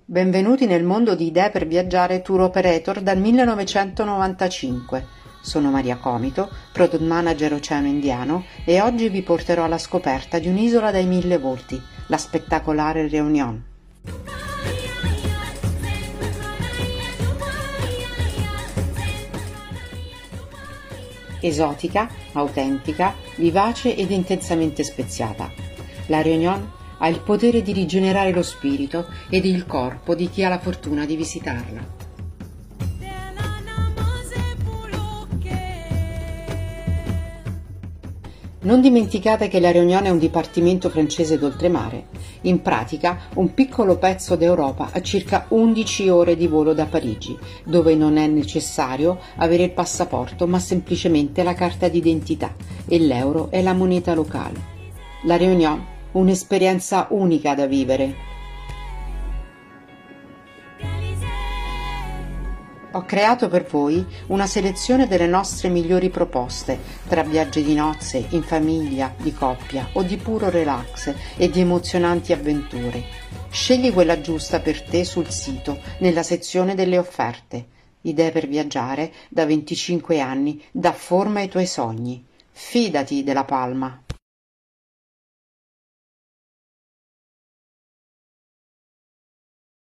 Benvenuti nel mondo di idee per viaggiare tour operator dal 1995. Sono Maria Comito, Product Manager Oceano Indiano e oggi vi porterò alla scoperta di un'isola dai 1000 volti, la spettacolare Réunion. Esotica, autentica, vivace ed intensamente speziata. La Réunion ha il potere di rigenerare lo spirito ed il corpo di chi ha la fortuna di visitarla. Non dimenticate che la Réunion è un dipartimento francese d'oltremare, in pratica un piccolo pezzo d'Europa a circa 11 ore di volo da Parigi, dove non è necessario avere il passaporto ma semplicemente la carta d'identità e l'euro è la moneta locale. La Réunion, un'esperienza unica da vivere. Ho creato per voi una selezione delle nostre migliori proposte, tra viaggi di nozze, in famiglia, di coppia o di puro relax e di emozionanti avventure. Scegli quella giusta per te sul sito, nella sezione delle offerte. Idee per viaggiare da 25 anni, dà forma ai tuoi sogni. Fidati della Palma.